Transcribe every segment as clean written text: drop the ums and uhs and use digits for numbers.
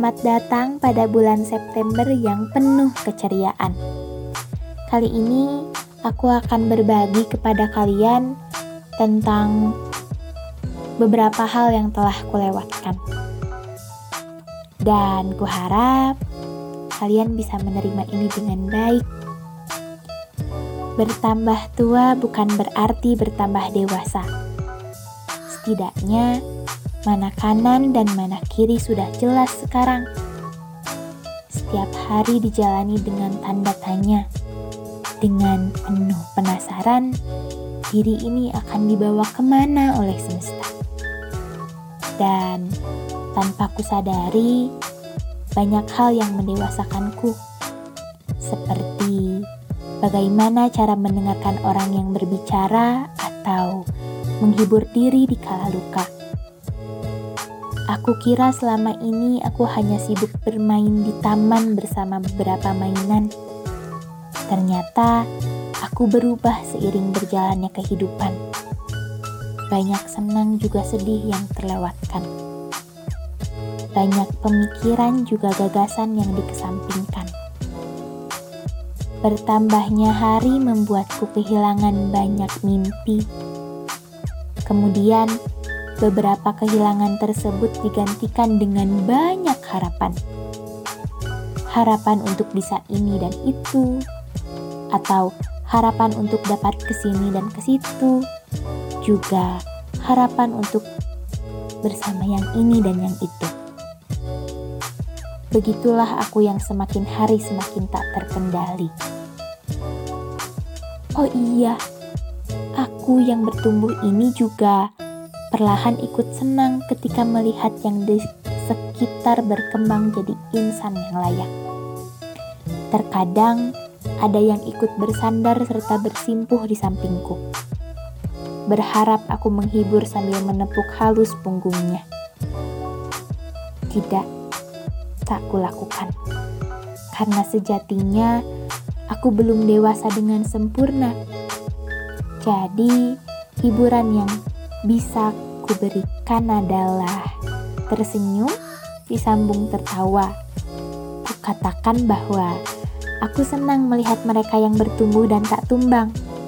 Selamat datang pada bulan September yang penuh keceriaan. Kali ini aku akan berbagi kepada kalian tentang beberapa hal yang telah kulewatkan. Dan kuharap kalian bisa menerima ini dengan baik. Bertambah tua bukan berarti bertambah dewasa. Setidaknya mana kanan dan mana kiri sudah jelas sekarang. Setiap hari dijalani dengan tanda tanya. Dengan penuh penasaran, diri ini akan dibawa kemana oleh semesta. Dan tanpa kusadari, banyak hal yang mendewasakanku. Seperti bagaimana cara mendengarkan orang yang berbicara atau menghibur diri di kala luka. Aku kira selama ini aku hanya sibuk bermain di taman bersama beberapa mainan. Ternyata aku berubah seiring berjalannya kehidupan. Banyak senang juga sedih yang terlewatkan. Banyak pemikiran juga gagasan yang dikesampingkan. Bertambahnya hari membuatku kehilangan banyak mimpi. Kemudian beberapa kehilangan tersebut digantikan dengan banyak harapan. Harapan untuk bisa ini dan itu, atau harapan untuk dapat kesini dan ke situ, juga harapan untuk bersama yang ini dan yang itu. Begitulah aku yang semakin hari semakin tak terkendali. Oh iya, aku yang bertumbuh ini juga perlahan ikut senang ketika melihat yang di sekitar berkembang jadi insan yang layak. Terkadang ada yang ikut bersandar serta bersimpuh di sampingku. Berharap aku menghibur sambil menepuk halus punggungnya. Tidak, tak kulakukan. Karena sejatinya aku belum dewasa dengan sempurna. Jadi, hiburan yang bisa kuberikan adalah tersenyum, disambung tertawa. Kukatakan bahwa aku senang melihat mereka yang bertumbuh dan tak tumbang.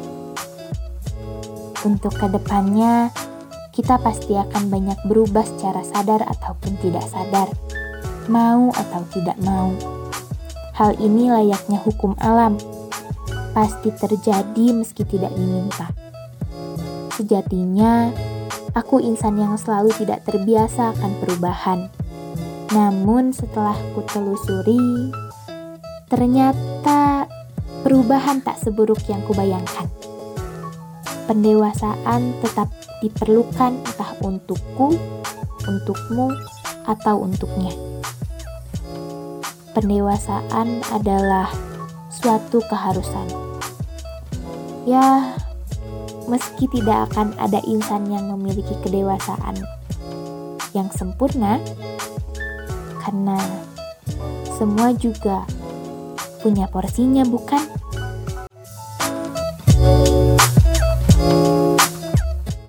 Untuk kedepannya, kita pasti akan banyak berubah secara sadar ataupun tidak sadar, mau atau tidak mau. Hal ini layaknya hukum alam, pasti terjadi meski tidak diminta. Sejatinya, aku insan yang selalu tidak terbiasa akan perubahan. Namun setelah kutelusuri, ternyata perubahan tak seburuk yang kubayangkan. Pendewasaan tetap diperlukan entah untukku, untukmu, atau untuknya. Pendewasaan adalah suatu keharusan. Ya, meski tidak akan ada insan yang memiliki kedewasaan yang sempurna, karena semua juga punya porsinya, bukan?